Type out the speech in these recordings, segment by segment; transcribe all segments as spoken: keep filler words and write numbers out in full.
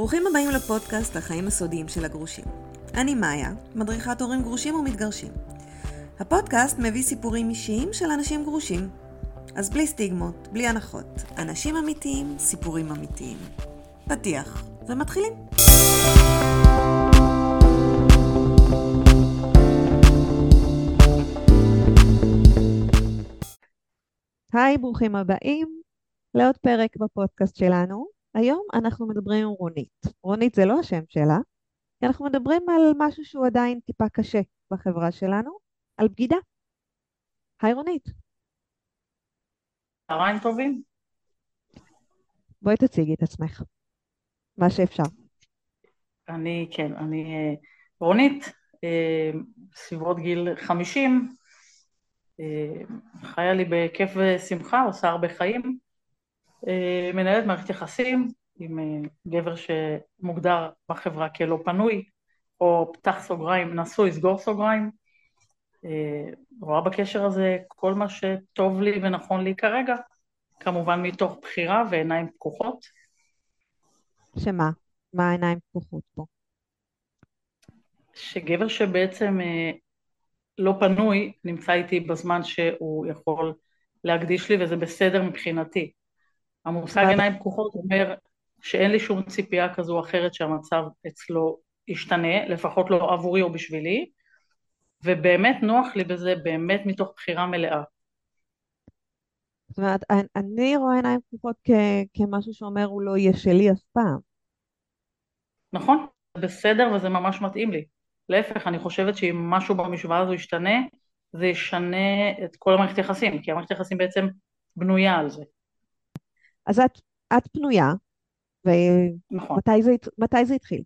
ברוכים הבאים לפודקאסט החיים הסודיים של הגרושים. אני מאיה, מדריכת הורים גרושים ומתגרשים. הפודקאסט מביא סיפורים אישיים של אנשים גרושים. אז בלי סטיגמות, בלי הנחות. אנשים אמיתיים, סיפורים אמיתיים. פתיח, ומתחילים. היי, ברוכים הבאים לעוד פרק בפודקאסט שלנו. היום אנחנו מדברים עם רונית. רונית זה לא השם שלה, כי אנחנו מדברים על משהו שהוא עדיין טיפה קשה בחברה שלנו, על בגידה. היי רונית. צהריים טובים. בואי תציגי את עצמך, מה שאפשר. אני, כן, אני אה, רונית, אה, סביבות גיל חמישים, אה, חיה לי בכיף ושמחה, עושה הרבה חיים, אה, מנהלת מערכת יחסים עם אה, גבר שמוגדר בחברה כלא פנוי, או פתח סוגריים, נשוי, סגור סוגריים, אה, רואה בקשר הזה כל מה שטוב לי ונכון לי כרגע, כמובן מתוך בחירה ועיניים פקוחות. שמה? מה העיניים פקוחות פה? שגבר שבעצם אה, לא פנוי, נמצא איתי בזמן שהוא יכול להקדיש לי, וזה בסדר מבחינתי. זאת המושג אומרת, עיניים פקוחות אומר שאין לי שום ציפייה כזו או אחרת שהמצב אצלו ישתנה, לפחות לא עבורי או בשבילי, ובאמת נוח לי בזה, באמת מתוך בחירה מלאה. זאת אומרת, אני, אני רואה עיניים פקוחות כ, כמשהו שאומר הוא לא יהיה שלי אף פעם. נכון? זה בסדר וזה ממש מתאים לי. להפך, אני חושבת שאם משהו במשוואה הזו ישתנה, זה ישנה את כל המערכת יחסים, כי המערכת יחסים בעצם בנויה על זה. אז את, את פנויה, נכון. ומתי זה, הת- מתי זה התחיל?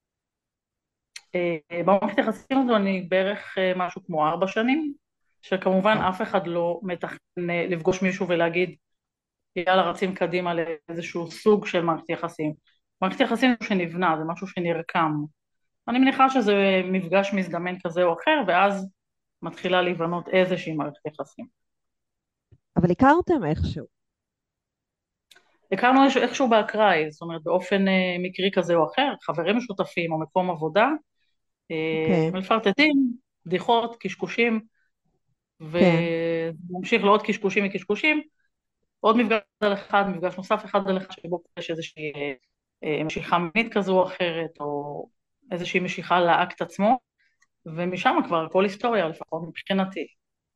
אה, במערכת היחסים הזו אני בערך אה, משהו כמו ארבע שנים, שכמובן אף אחד לא מתכנן אה, לפגוש מישהו ולהגיד יאללה רצים קדימה לאיזשהו סוג של מערכת יחסים. מערכת יחסים זה שנבנה, זה משהו שנרקם. אני מניחה שזה מפגש מזדמן כזה או אחר, ואז מתחילה להיבנות איזושהי מערכת יחסים. אבל הכרתם איכשהו. הכרנו איכשהו איכשהו באקראי, זאת אומרת באופן אה, מקרי כזה או אחר, חברים משותפים או מקום עבודה, אה, אוקיי, מפלרטטים, בדיחות, קשקושים, כן. וממשיך לעוד קשקושים מקשקושים, עוד מפגש על אחד, מפגש נוסף אחד על אחד, שבו יש איזושהי אה, משיכה מינית כזו או אחרת, או איזושהי משיכה לאקט עצמו, ומשם כבר כל היסטוריה, לפחות מבחינתי.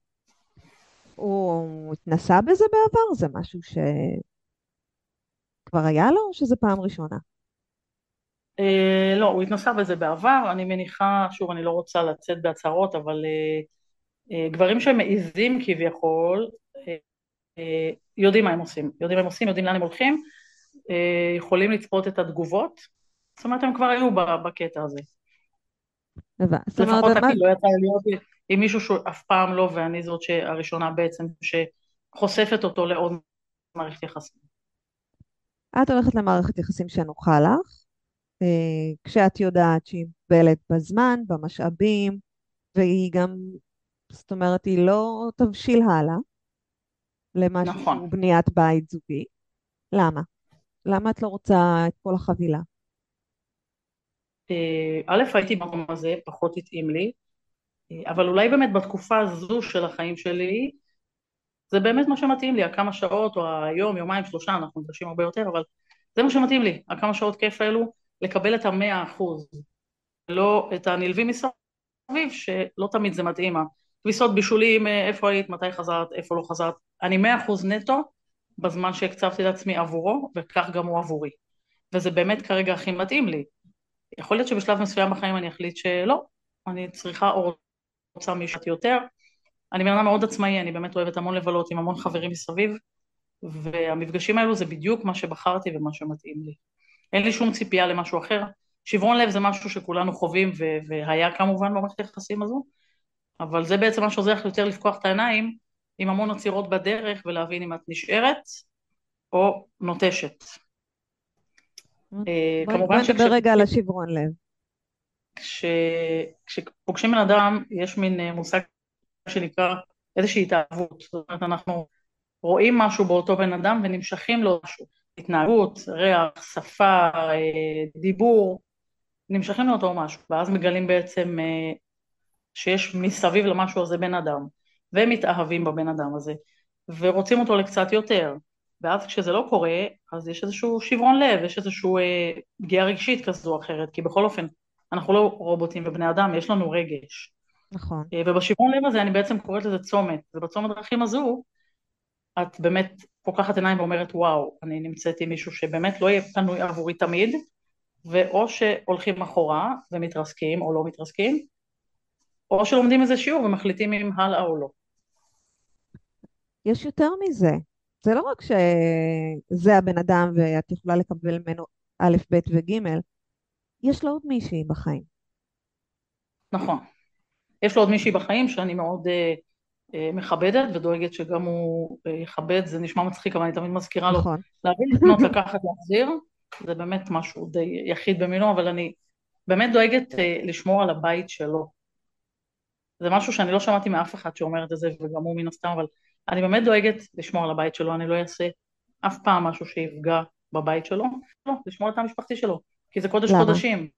הוא התנסה בזה בעבר? זה משהו שכבר היה לו, או שזה פעם ראשונה? אה, לא, הוא התנסה בזה בעבר, אני מניחה, שוב, אני לא רוצה לצאת בהצהרות, אבל אה, אה, גברים שמעיזים כביכול, אה, אה, יודעים מה הם עושים, יודעים מה הם עושים, יודעים לאן הם הולכים, אה, יכולים לצפות את התגובות, זאת אומרת הם כבר היו בקטע הזה. הבנתי. זאת אומרת, לפחות מה, אני לא יצא לי להיות עם מישהו שאף פעם לא, ואני זאת הראשונה בעצם שחושפת אותו לעוד מערכת יחסים. את הולכת למערכת יחסים שנוחה לך, אה, כשאת יודעת שהיא מוגבלת בזמן, במשאבים, והיא גם, זאת אומרת, היא לא תבשיל הלאה למשהו נכון. שהוא בניית בית זוגי. למה? למה את לא רוצה את כל החבילה? אה, א', הייתי במקום הזה, פחות התאים לי, אה, אבל אולי באמת בתקופה הזו של החיים שלי, זה באמת מה שמתאים לי, הכמה שעות או היום, יומיים, שלושה, אנחנו נפגשים הרבה יותר, אבל זה מה שמתאים לי, הכמה שעות כיף האלו, לקבל את המאה אחוז, לא את הנלווים מסביב, שלא תמיד זה מתאים. כביסות בישולים, איפה היית, מתי חזרת, איפה לא חזרת, אני מאה אחוז נטו בזמן שהקצבתי לעצמי עבורו, וכך גם הוא עבורי. וזה באמת כרגע הכי מתאים לי. יכול להיות שבשלב מסוים בחיים אני אחליט שלא, אני צריכה או רוצה מישהו יותר. אני בן אדם מאוד עצמאי, אני באמת אוהבת המון לבלות עם המון חברים מסביב, והמפגשים האלו זה בדיוק מה שבחרתי ומה שמתאים לי. אין לי שום ציפייה למשהו אחר. שברון לב זה משהו שכולנו חווים, והיה כמובן במערכת היחסים הזו, אבל זה בעצם מה שעוזר לך יותר לפקוח את העיניים, עם המון עצירות בדרך, ולהבין אם את נשארת או נוטשת. אה, בואי, כמובן בואי נדבר רגע על שכשפוגשים השברון לב. כש... כשפוגשים בן אדם, יש מין אה, מושג שנקרא איזושהי התאהבות. זאת אומרת, אנחנו רואים משהו באותו בן אדם ונמשכים לו משהו. התנהגות, ריח, שפה, דיבור, נמשכים לאותו משהו, ואז מגלים בעצם שיש מסביב למשהו הזה בן אדם, והם מתאהבים בבן אדם הזה, ורוצים אותו לקצת יותר, ואז כשזה לא קורה, אז יש איזשהו שברון לב, יש איזשהו אה, פגיעה רגשית כזו או אחרת, כי בכל אופן, אנחנו לא רובוטים ובני אדם, יש לנו רגש. נכון. אה, ובשברון לב הזה אני בעצם קוראת לזה צומת, ובצומת דרכים הזו, את באמת פוקחת עיניים ואומרת, וואו, אני נמצאת עם מישהו שבאמת לא יהיה פנוי עבורי תמיד, ואו שהולכים אחורה ומתרסקים או לא מתרסקים, או שלומדים איזה שיעור ומחליטים אם הלאה או לא. יש יותר מזה. זה לא רק שזה הבן אדם ואת יכולה לקבל ממנו א', ב' וג', יש לו עוד מישהי בחיים. נכון. יש לו עוד מישהי בחיים שאני מאוד אה, אה, מכבדת ודואגת שגם הוא אה, יכבד, זה נשמע מצחיק, אבל אני תמיד מזכירה לו נכון. להביא, לקנות, לקחת, להחזיר, זה באמת משהו די יחיד במינו, אבל אני באמת דואגת אה, לשמור על הבית שלו. זה משהו שאני לא שמעתי מאף אחד שאומר את זה, וגם הוא מן הסתם, אבל אני באמת דואגת לשמור על הבית שלו, אני לא אעשה אף פעם משהו שיפגע בבית שלו, לא, לשמור על התא המשפחתי שלו, כי זה קודש למה? קודשים.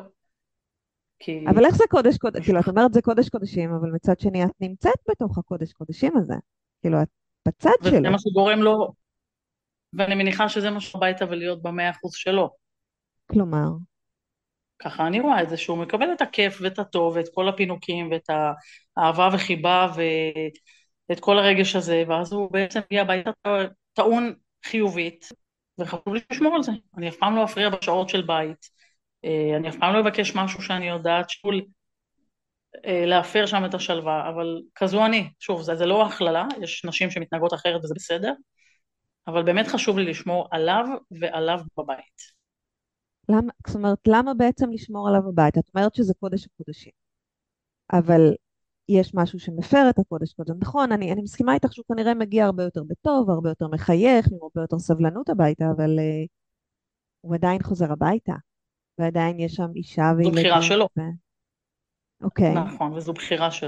כי אבל איך זה קודש קודש, כאילו את משפחה, אומרת זה קודש קודשים, אבל מצד שני את נמצאת בתוך הקודש קודשים הזה. כאילו את בצד וזה שלו. מה שגורם לו, ואני מניחה שזה מה שהביתה ולהיות במאה אחוז שלו. כלומר, ככה אני רואה את זה, שהוא מקבל את הכיף ואת הטוב ואת כל הפינוקים ואת האהבה וחיבה ואת כל הרגש הזה, ואז הוא בעצם מגיע הביתה טעון חיובית, וחשוב לי לשמור על זה. אני אף פעם לא אפריע בשעות של בית, אה, אני אף פעם לא אבקש משהו שאני יודעת שול אה, להפר שם את השלווה, אבל כזו אני. שוב, זה, זה לא הכללה, יש נשים שמתנהגות אחרת וזה בסדר, אבל באמת חשוב לי לשמור עליו ועליו בבית. למה, זאת אומרת, למה בעצם לשמור עליו בבית? את אומרת שזה קודש הקודשים, אבל יש משהו שמפר את הקודש קודש. נכון, אני, אני מסכימה איתך שהוא כנראה מגיע הרבה יותר בטוב, הרבה יותר מחייך, עם הרבה יותר סבלנות הביתה, אבל uh, הוא עדיין חוזר הביתה, ועדיין יש שם אישה זו בחירה וילדים. שלו. ו... אוקיי, נכון, וזו בחירה שלו.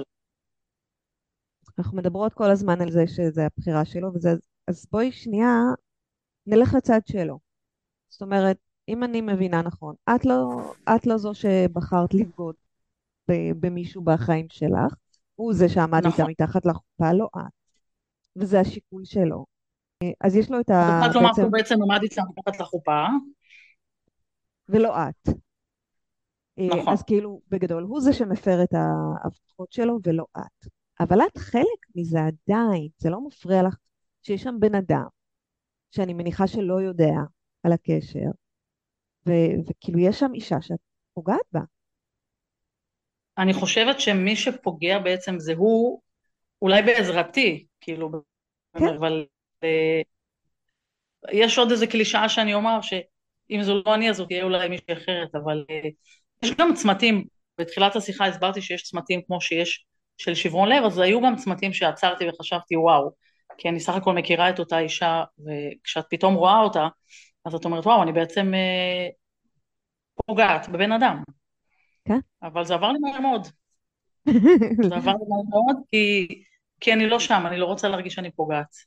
אנחנו מדברות כל הזמן על זה שזה הבחירה שלו, וזה, אז בואי שנייה נלך לצד שלו. זאת אומרת, אם אני מבינה נכון, את לא, את לא זו שבחרת לבגוד ב- במישהו בחיים שלך, הוא זה שעמד איתה נכון. מתחת לחופה, לא את, וזה השיקול שלו. אז יש לו את אז ה... התחלת לומר בעצם, שהוא בעצם עמד איתה מתחת לחופה. ולא את. אה, נכון. אז כאילו, בגדול, הוא זה שמפר את ההבטחות שלו ולא את. אבל את חלק מזה עדיין, זה לא מפריע לך שיש שם בן אדם, שאני מניחה שלא יודע על הקשר, ו- וכאילו יש שם אישה שאת פוגעת בה. אני חושבת שמי שפוגע בעצם זה הוא, אולי בעזרתי, כאילו, כן, אבל אה, יש עוד איזה קלישאה שאני אומר, שאם זו לא אני אז זאת תהיה אולי מישהי אחרת, אבל אה, יש גם צמתים, בתחילת השיחה הסברתי שיש צמתים כמו שיש של שברון לב, אז היו גם צמתים שעצרתי וחשבתי וואו, כי אני סך הכל מכירה את אותה אישה, וכשאת פתאום רואה אותה, אז את אומרת וואו, אני בעצם אה, פוגעת בבן אדם, כן. אבל זה עבר לי מהר מאוד, זה עבר לי מהר מאוד, כי, כי אני לא שם, אני לא רוצה להרגיש שאני פוגעת.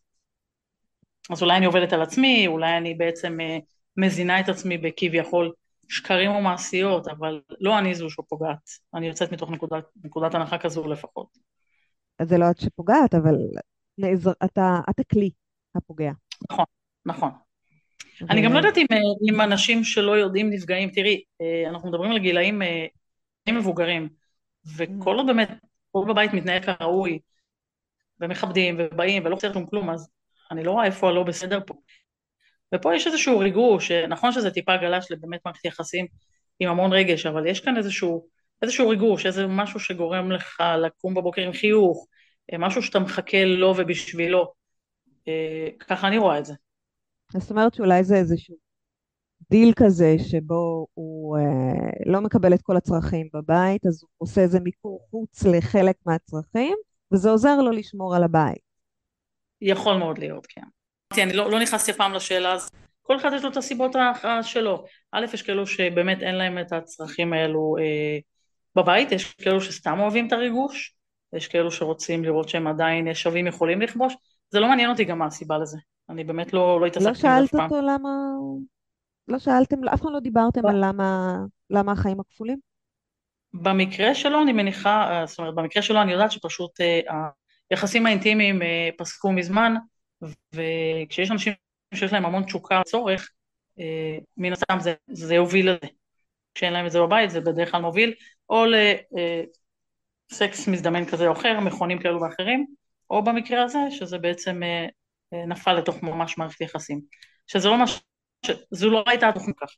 אז אולי אני עובדת על עצמי, אולי אני בעצם אה, מזינה את עצמי בכביכול שקרים או מעשיות, אבל לא אני זו שפוגעת. אני יוצאת מתוך נקודת, נקודת הנחה כזו לפחות. אז זה לא את שפוגעת, אבל נעזר, אתה, את הכלי הפוגע. נכון, נכון. אני גם לא ו... יודעת אם, אה, אם אנשים שלא יודעים נפגעים, תראי, אה, אנחנו מדברים על גילאים אה, גילאים מבוגרים, וכל עוד באמת, כל בבית מתנהל כראוי, ומכבדים ובאים ולא חסר שום כלום, אז אני לא רואה איפה הלא בסדר פה. ופה יש איזשהו ריגוש, נכון שזה טיפה גלש לבאמת מערכת יחסים עם המון רגש, אבל יש כאן איזשהו, איזשהו ריגוש, איזה משהו שגורם לך לקום בבוקר עם חיוך, אה, משהו שאתה מחכה לו ובשבילו, אה, ככה אני רואה את זה. זאת אומרת שאולי זה איזשהו דיל כזה שבו הוא אה, לא מקבל את כל הצרכים בבית, אז הוא עושה איזה מיקור חוץ לחלק מהצרכים, וזה עוזר לו לשמור על הבית. יכול מאוד להיות, כן. אני לא, לא נכנסתי פעם לשאלה, אז כל אחד יש לו את הסיבות ה- שלו. א', יש כאלו שבאמת אין להם את הצרכים האלו אה, בבית, יש כאלו שסתם אוהבים את הריגוש, יש כאלו שרוצים לראות שהם עדיין שווים יכולים לכבוש, זה לא מעניין אותי גם מה הסיבה לזה. אני באמת לא, לא לא התעסקתי עם זה אף שאלת פעם. אותו למה, לא שאלתם, אף פעם לא דיברתם על למה, למה החיים הכפולים? במקרה שלו אני מניחה, אה, זאת אומרת, במקרה שלו אני יודעת שפשוט אה, היחסים האינטימיים אה, פסקו מזמן, וכשיש אנשים שיש להם המון תשוקה צורך, אה, מן הסתם זה, זה יוביל לזה. כשאין להם את זה בבית, זה בדרך כלל מוביל, או לסקס מזדמן כזה או אחר, מכונים כאלו ואחרים, או במקרה הזה, שזה בעצם אה, אה, נפל לתוך ממש מערכת יחסים. שזה לא מה ש... זו לא הייתה התוכנית כך.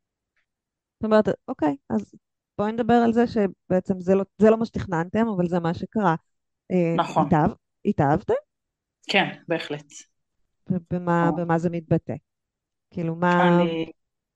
זאת אומרת, אוקיי, אז בואי נדבר על זה שבעצם זה לא, זה לא מה שתכננתם, אבל זה מה שקרה. אה, נכון, התאהב, התאהבתם? כן, בהחלט. ובמה, במה זה מתבטא? כאילו, מה... אני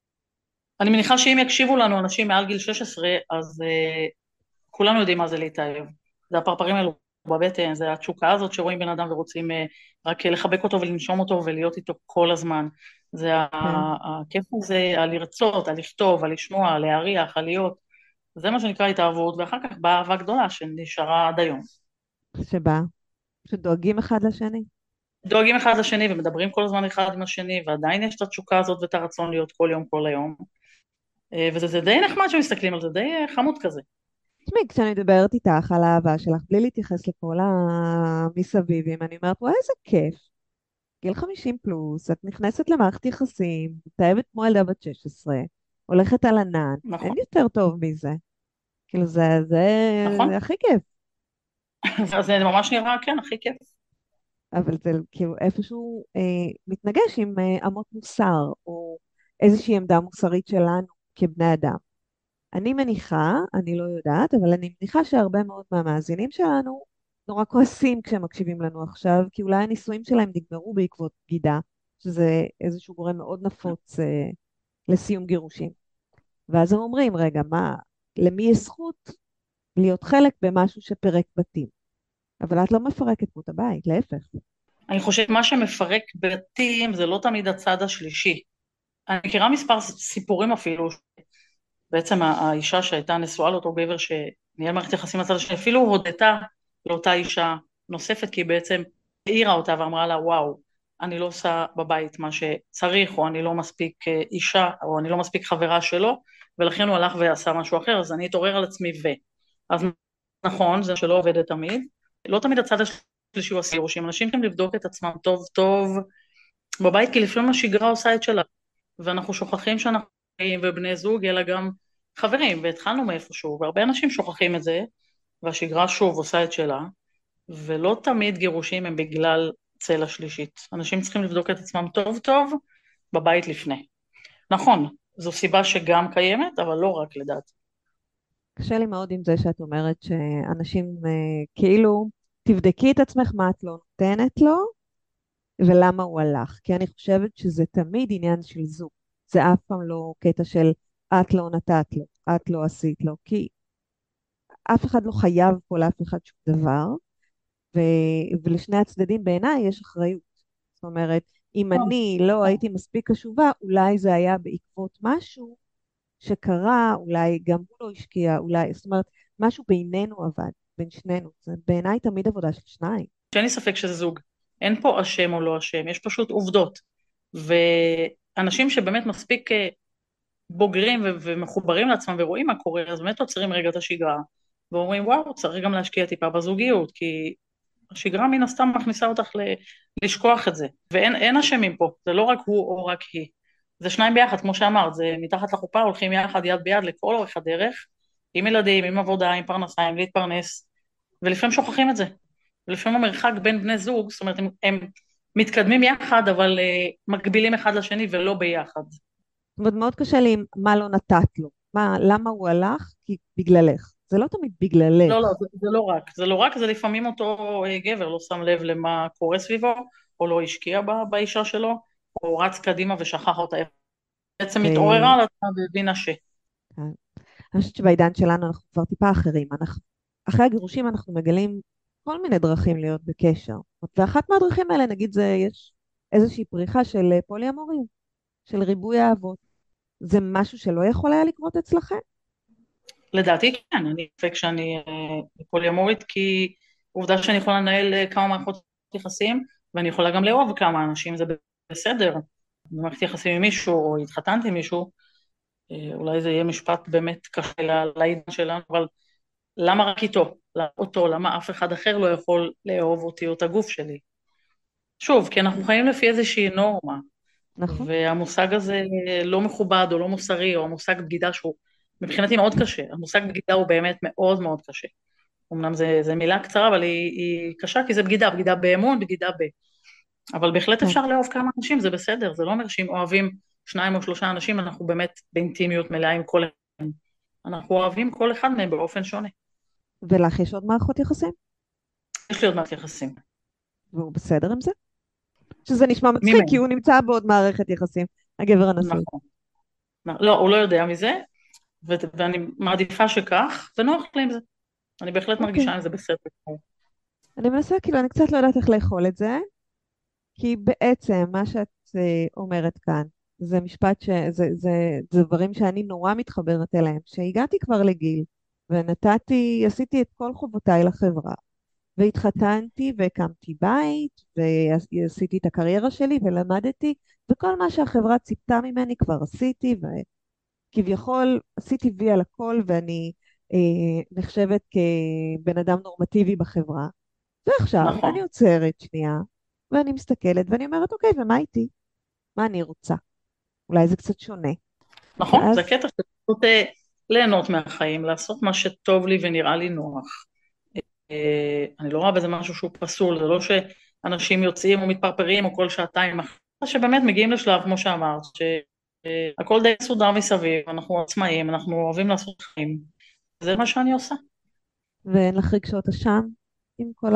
אני מניחה שאם יקשיבו לנו אנשים מעל גיל שש עשרה, אז uh, כולנו יודעים מה זה להתאהב. זה הפרפרים האלו בבטן, זה התשוקה הזאת שרואים בן אדם ורוצים uh, רק לחבק אותו ולנשום אותו ולהיות איתו כל הזמן. זה ה- כן, הכיף הזה, הלרצות, הלכתוב, הלשמוע, הלהריח, הלהיות. זה מה שנקרא התאהבות, ואחר כך באה אהבה גדולה שנשארה עד היום. שבה, שדואגים אחד לשני. דואגים אחד לשני ומדברים כל הזמן אחד עם השני, ועדיין יש את התשוקה הזאת ואת הרצון להיות כל יום כל היום. אה, וזה זה די נחמד שמסתכלים על זה, די אה, חמוד כזה. תשמעי, כשאני מדברת איתך על האהבה שלך, בלי להתייחס לכל המסביבים, אני אומרת, וואי, איזה כיף. גיל חמישים פלוס, את נכנסת למערכת יחסים, מתאהבת כמו ילדה בת שש עשרה, הולכת על ענן, אין נכון, יותר טוב מזה. כאילו, זה, זה, נכון. זה הכי כיף. אז זה ממש נראה, כן, הכי כיף. אבל זה כאילו איפשהו אה, מתנגש עם אה, אמות מוסר, או איזושהי עמדה מוסרית שלנו כבני אדם. אני מניחה, אני לא יודעת, אבל אני מניחה שהרבה מאוד מהמאזינים שלנו נורא כועסים כשהם מקשיבים לנו עכשיו, כי אולי הנישואים שלהם נגמרו בעקבות בגידה, שזה איזשהו גורם מאוד נפוץ אה, לסיום גירושים. ואז הם אומרים, רגע, מה, למי יש זכות להיות חלק במשהו שפירק בתים? אבל את לא מפרקת פה את הבית, להפך. אני חושבת מה שמפרק בתים זה לא תמיד הצד השלישי. אני מכירה מספר סיפורים אפילו, בעצם האישה שהייתה נשואה לאותו גבר שניהל מערכת יחסים לצד השני, אפילו הודתה לאותה אישה נוספת, כי היא בעצם העירה אותה ואמרה לה, וואו, אני לא עושה בבית מה שצריך, או אני לא מספיק אה, אישה, או אני לא מספיק חברה שלו, ולכן הוא הלך ועשה משהו אחר, אז אני אתעורר על עצמי ו... אז נכון, זה שלא עובדת תמיד, לא תמיד הצד השלישי הוא הסירושים, אנשים צריכים לבדוק את עצמם טוב טוב בבית, כי לפעמים השגרה עושה את שלה, ואנחנו שוכחים שאנחנו חיים ובני זוג, אלא גם חברים, והתחלנו מאיפשהו, והרבה אנשים שוכחים את זה, והשגרה שוב עושה את שלה, ולא תמיד גירושים הם בגלל צלע שלישית. אנשים צריכים לבדוק את עצמם טוב טוב בבית לפני. נכון, זו סיבה שגם קיימת, אבל לא רק לדעתי. קשה לי מאוד עם זה שאת אומרת שאנשים אה, כאילו, תבדקי את עצמך מה את לא נותנת לו ולמה הוא הלך. כי אני חושבת שזה תמיד עניין של זוג. זה אף פעם לא קטע של את לא נתת לו, את לא עשית לו, כי אף אחד לא חייב פה לאף אחד שום דבר, ו... ולשני הצדדים בעיניי יש אחריות. זאת אומרת, אם נכון, אני לא הייתי מספיק קשובה, אולי זה היה בעקבות משהו שקרה, אולי גם הוא לא השקיע, אולי, זאת אומרת, משהו בינינו עבד, בין שנינו. זה בעיניי תמיד עבודה של שניים. שאין לי ספק שזה זוג. אין פה אשם או לא אשם, יש פשוט עובדות. ואנשים שבאמת מספיק אה, בוגרים ו- ומחוברים לעצמם ורואים מה קורה, אז באמת עוצרים רגע את השגרה, ואומרים, וואו, צריך גם להשקיע טיפה בזוגיות, כי השגרה מן הסתם מכניסה אותך ל- לשכוח את זה. ואין אין אשמים פה, זה לא רק הוא או רק היא. זה שניים ביחד, כמו שאמרת, זה מתחת לחופה, הולכים יחד יד ביד לכל אורך הדרך, עם ילדים, עם עבודה, עם פרנסה, עם להתפרנס, ולפעמים שוכחים את זה. ולפעמים המרחק בין בני זוג, זאת אומרת, הם, הם מתקדמים יחד, אבל uh, מקבילים אחד לשני ולא ביחד. זאת אומרת, מאוד קשה לי עם מה לא נתת לו. מה, למה הוא הלך? כי בגללך. זה לא תמיד לא, לא, בגללך. זה, זה לא רק. זה לא רק, זה לפעמים אותו uh, גבר לא שם לב למה קורה סביבו, או לא השקיע בה, באישה שלו, או רץ קדימה ושכח אותה. בעצם התעוררה על עצמה והבינה ש... אני חושבת שבעידן שלנו אנחנו כבר טיפה אחרים. אנחנו, אחרי הגירושים אנחנו מגלים כל מיני דרכים להיות בקשר. ואחת מהדרכים האלה, נגיד, זה יש איזושהי פריחה של אה, פוליאמוריה, של ריבוי אהבות. זה משהו שלא יכול היה לקרות אצלכם? לדעתי כן, אני חושב שאני uh, פוליומורית, כי עובדה שאני יכולה לנהל uh, כמה מערכות יחסים, ואני יכולה גם לאהוב כמה אנשים, זה בסדר. במערכת יחסים עם מישהו, או התחתנתי עם מישהו, אה, אולי זה יהיה משפט באמת קשה ל- לעידן שלנו, אבל למה רק איתו? למה אותו? למה אף אחד אחר לא יכול לאהוב אותי או את הגוף שלי? שוב, כי אנחנו חיים לפי איזושהי נורמה, נכון? והמושג הזה לא מכובד או לא מוסרי, או המושג בגידה שהוא מבחינתי מאוד קשה. המושג בגידה הוא באמת מאוד מאוד קשה. אמנם זו מילה קצרה, אבל היא, היא קשה כי זה בגידה, בגידה באמון, בגידה ב... אבל בהחלט כן. אפשר לאהוב כמה אנשים, זה בסדר, זה לא אומר שאם אוהבים שניים או שלושה אנשים, אנחנו באמת באינטימיות מלאה עם כל אחד. אנחנו אוהבים כל אחד מהם באופן שונה. ולך יש עוד מערכות יחסים? יש לי עוד מעט יחסים. והוא בסדר עם זה? שזה נשמע מי מצחיק, כי מהם? הוא נמצא בעוד מערכת יחסים, הגבר הנשוי. נכון. לא, הוא לא יודע מזה, ו- ואני מעדיפה שכך, ונוח לי עם זה. אני בהחלט אוקיי. מרגישה עם זה בסדר. אני מנסה, כאילו, אני קצת לא יודעת איך לאכול את זה, כי בעצם מה שאת אה, אומרת כאן, זה משפט ש... זה, זה, זה דברים שאני נורא מתחברת אליהם. שהגעתי כבר לגיל, ונתתי, עשיתי את כל חובותיי לחברה, והתחתנתי והקמתי בית, ועשיתי את הקריירה שלי ולמדתי, וכל מה שהחברה ציפתה ממני כבר עשיתי, וכביכול עשיתי וי על הכל, ואני אה, נחשבת כבן אדם נורמטיבי בחברה. ועכשיו אני נכון, עוצרת שנייה, ואני מסתכלת, ואני אומרת, אוקיי, ומה איתי? מה אני רוצה? אולי זה קצת שונה. נכון, זה ואז, קטע של פשוט אה, ליהנות מהחיים, לעשות מה שטוב לי ונראה לי נוח. אה, אני לא רואה בזה משהו שהוא פסול, זה לא שאנשים יוצאים או מתפרפרים או כל שעתיים, אחרי שבאמת מגיעים לשלב, כמו שאמרת, שהכל די מסודר מסביב, אנחנו עצמאים, אנחנו אוהבים לעשות חיים, זה מה שאני עושה. ואין לך רגשות אשם עם כל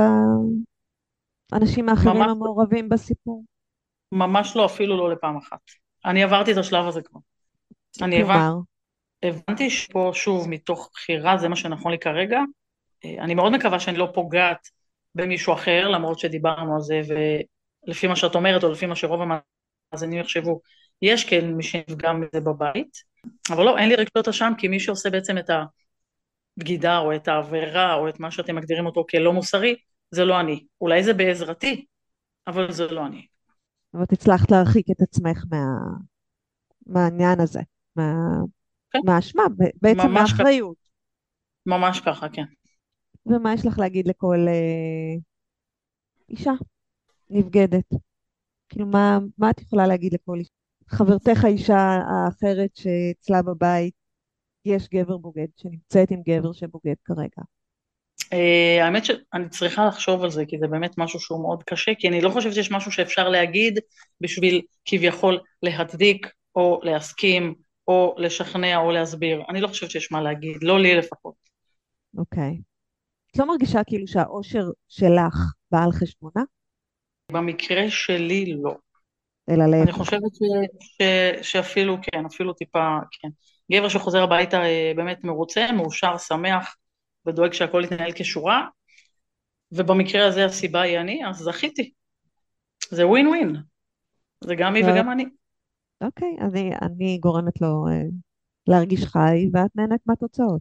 האנשים האחרים ממש, המעורבים בסיפור. ממש לא, אפילו לא לפעם אחת. אני עברתי את השלב הזה כבר. אני הבנ- כלומר, הבנתי שפה, שוב, מתוך בחירה, זה מה שנכון לי כרגע. אה, אני מאוד מקווה שאני לא פוגעת במישהו אחר, למרות שדיברנו על זה, ולפי מה שאת אומרת, או לפי מה שרוב המאזינים יחשבו, יש כן מי שנפגע מזה בבית, אבל לא, אין לי רגשות אשם, כי מי שעושה בעצם את הבגידה, או את העבירה, או את מה שאתם מגדירים אותו כלא מוסרי, זה לא אני. אולי זה בעזרתי, אבל זה לא אני. אבל הצלחת להרחיק את עצמך מה, מהעניין הזה, מה, כן, מהאשמה, ב- בעצם ממש ככה, מהאחריות. ממש ככה, כן. ומה יש לך להגיד לכל אה, אישה נבגדת? כאילו, מה, מה את יכולה להגיד לכל אישה? חברתך האישה האחרת שאצלה בבית יש גבר בוגד, שנמצאת עם גבר שבוגד כרגע. אה, האמת שאני צריכה לחשוב על זה, כי זה באמת משהו שהוא מאוד קשה, כי אני לא חושבת שיש משהו שאפשר להגיד בשביל כביכול להצדיק, או להסכים, או לשכנע, או להסביר. אני לא חושבת שיש מה להגיד, לא לי לפחות. אוקיי. את לא מרגישה כאילו שהאושר שלך בא על חשבונה, במקרה שלי לא. אלא אני להפך? חושבת ש, ש, שאפילו כן, אפילו טיפה כן. גבר שחוזר הביתה אה, באמת מרוצה, מאושר, שמח, ודואג שהכל יתנהל כשורה, ובמקרה הזה הסיבה היא אני, אז זכיתי. זה ווין ווין, זה גם היא ואת, וגם אני. אוקיי, אני, אני גורמת לו אה, להרגיש חי, ואת נהנית מהתוצאות.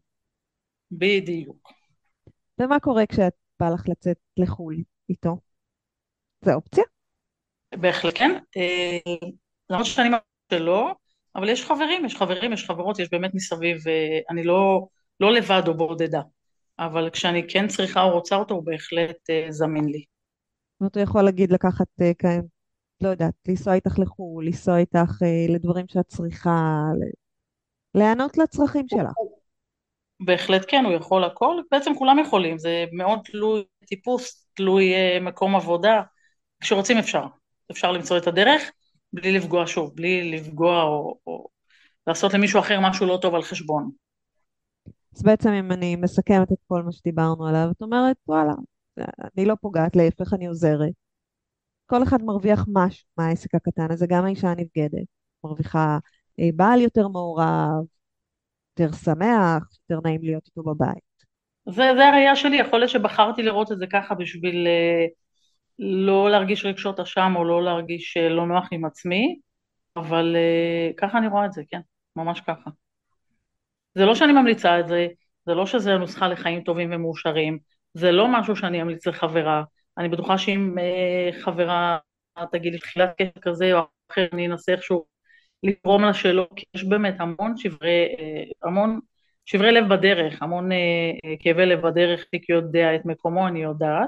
בדיוק. ומה קורה כשאת בא לך לצאת לחו"ל איתו? זה אופציה? בהחלט כן. אה, למרות שאני מאמינה שלא, אבל יש חברים, יש חברים, יש חברות, יש באמת מסביב, אה, אני לא, לא לבד או בודדה, אבל כשאני כן צריכה או רוצה אותו, הוא בהחלט אה, זמין לי. זאת אומרת, הוא יכול להגיד לקחת, אה, כאן, לא יודעת, לנסוע איתך לחו"ל, לנסוע איתך אה, לדברים שאת צריכה, ל- להיענות לצרכים הוא- שלך. הוא- בהחלט כן, הוא יכול הכל, בעצם כולם יכולים, זה מאוד תלוי טיפוס, תלוי אה, מקום עבודה, כשרוצים אפשר, אפשר למצוא את הדרך, בלי לפגוע שוב, בלי לפגוע או, או לעשות למישהו אחר משהו לא טוב על חשבון. אז בעצם אם אני מסכמת את כל מה שדיברנו עליו, את אומרת, וואלה, אני לא פוגעת, להפך אני עוזרת. כל אחד מרוויח משהו מהעסק הקטן הזה, גם האישה הנבגדת. מרוויחה אה, בעל יותר מעורב, יותר שמח, יותר נעים להיות איתו בבית. זה, זה הראייה שלי, יכול להיות שבחרתי לראות את זה ככה בשביל אה, לא להרגיש רגשות אשם או לא להרגיש אה, לא נוח עם עצמי, אבל אה, ככה אני רואה את זה, כן, ממש ככה. זה לא שאני ממליצה את זה, זה לא שזה הנוסחה לחיים טובים ומאושרים, זה לא משהו שאני אמליץ לחברה, אני בטוחה שאם אה, חברה תגיד לי תחילת קשר כזה או אחר, אני אנסה איכשהו לגרום לה שלא, כי יש באמת המון שברי, אה, המון שברי לב בדרך, המון אה, אה, כאבי לב בדרך, תיק יודע את מקומו, אני יודעת.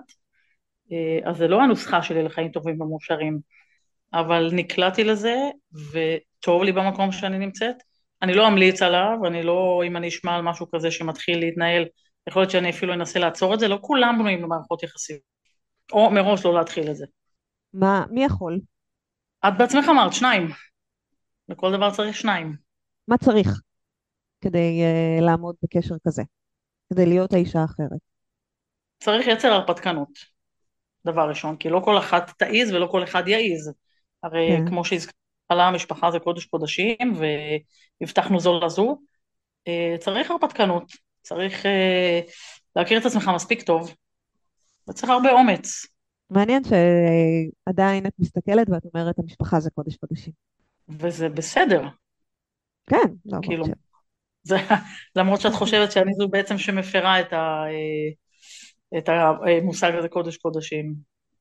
אה, אז זה לא הנוסחה שלי לחיים טובים ומאושרים, אבל נקלעתי לזה, וטוב לי במקום שאני נמצאת. אני לא אמליץ עליו, אני לא, אם אני אשמע על משהו כזה שמתחיל להתנהל, יכול להיות שאני אפילו אנסה לעצור את זה, לא כולם בנויים במערכות יחסים, או מראש לא להתחיל את זה. מה, מי יכול? את בעצמך אמרת, שניים, לכל דבר צריך שניים. מה צריך כדי uh, לעמוד בקשר כזה? כדי להיות האישה האחרת? צריך יצר הרפתקנות, דבר ראשון, כי לא כל אחת תעיז ולא כל אחד יעיז. הרי כן. כמו שהזכרתי, המשפחה זה קודש קודשים, והבטחנו זו לזו. אה, צריך הרפתקנות, צריך אה, להכיר את עצמך מספיק טוב, וצריך הרבה אומץ, מעניין שעדיין את מסתכלת ואת אומרת המשפחה זה קודש קודשים. וזה בסדר, כן, למרות כאילו, ש... זה, למרות שאת חושבת שאני זו בעצם שמפרה את, ה, אה, את המושג הזה קודש קודשים.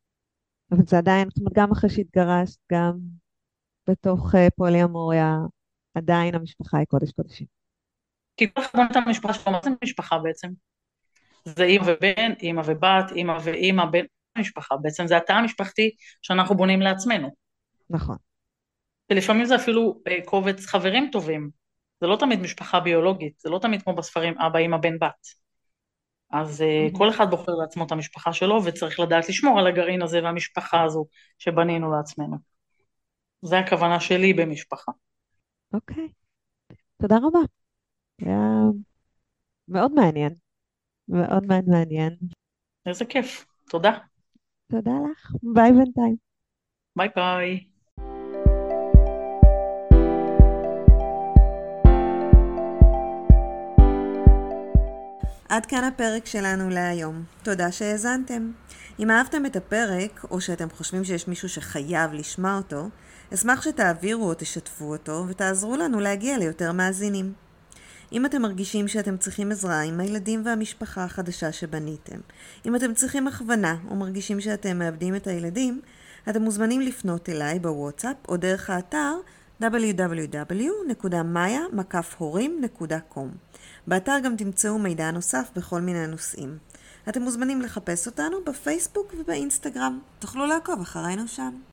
אבל זה עדיין, זאת אומרת, גם אחרי שהתגרשת, גם בתוך uh, פוליאמוריה, עדיין המשפחה היא קודש קודשים. כי כל אחד בונה את המשפחה שלו, מה זה משפחה בעצם? זה אימא ובן, אימא ובת, אימא ואימא, בן משפחה, בעצם זה התא המשפחתי שאנחנו בונים לעצמנו. נכון. ולפעמים זה אפילו אה, קובץ חברים טובים, זה לא תמיד משפחה ביולוגית, זה לא תמיד כמו בספרים אבא, אימא, בן, בת. אז אה, Mhm. כל אחד בוחר לעצמו את המשפחה שלו, וצריך לדעת לשמור על הגרעין הזה והמשפחה הזו שבנינו לעצמנו. זה הכוונה שלי במשפחה. אוקיי, תודה רבה. היה מאוד מעניין, מאוד מאוד מעניין. איזה כיף, תודה. תודה לך, ביי בינתיים. ביי ביי. עד כאן הפרק שלנו להיום. תודה שהאזנתם. אם אהבתם את הפרק, או שאתם חושבים שיש מישהו שחייב לשמוע אותו, אשמח שתעבירו או תשתפו אותו, ותעזרו לנו להגיע ליותר מאזינים. אם אתם מרגישים שאתם צריכים עזרה עם הילדים והמשפחה החדשה שבניתם, אם אתם צריכים הכוונה או מרגישים שאתם מאבדים את הילדים, אתם מוזמנים לפנות אליי בוואטסאפ או דרך האתר דאבליו דאבליו דאבליו נקודה מאיה מקף הורים נקודה קום. באתר גם תמצאו מידע נוסף בכל מיני נושאים. אתם מוזמנים לחפש אותנו בפייסבוק ובאינסטגרם. תוכלו לעקוב אחרינו שם.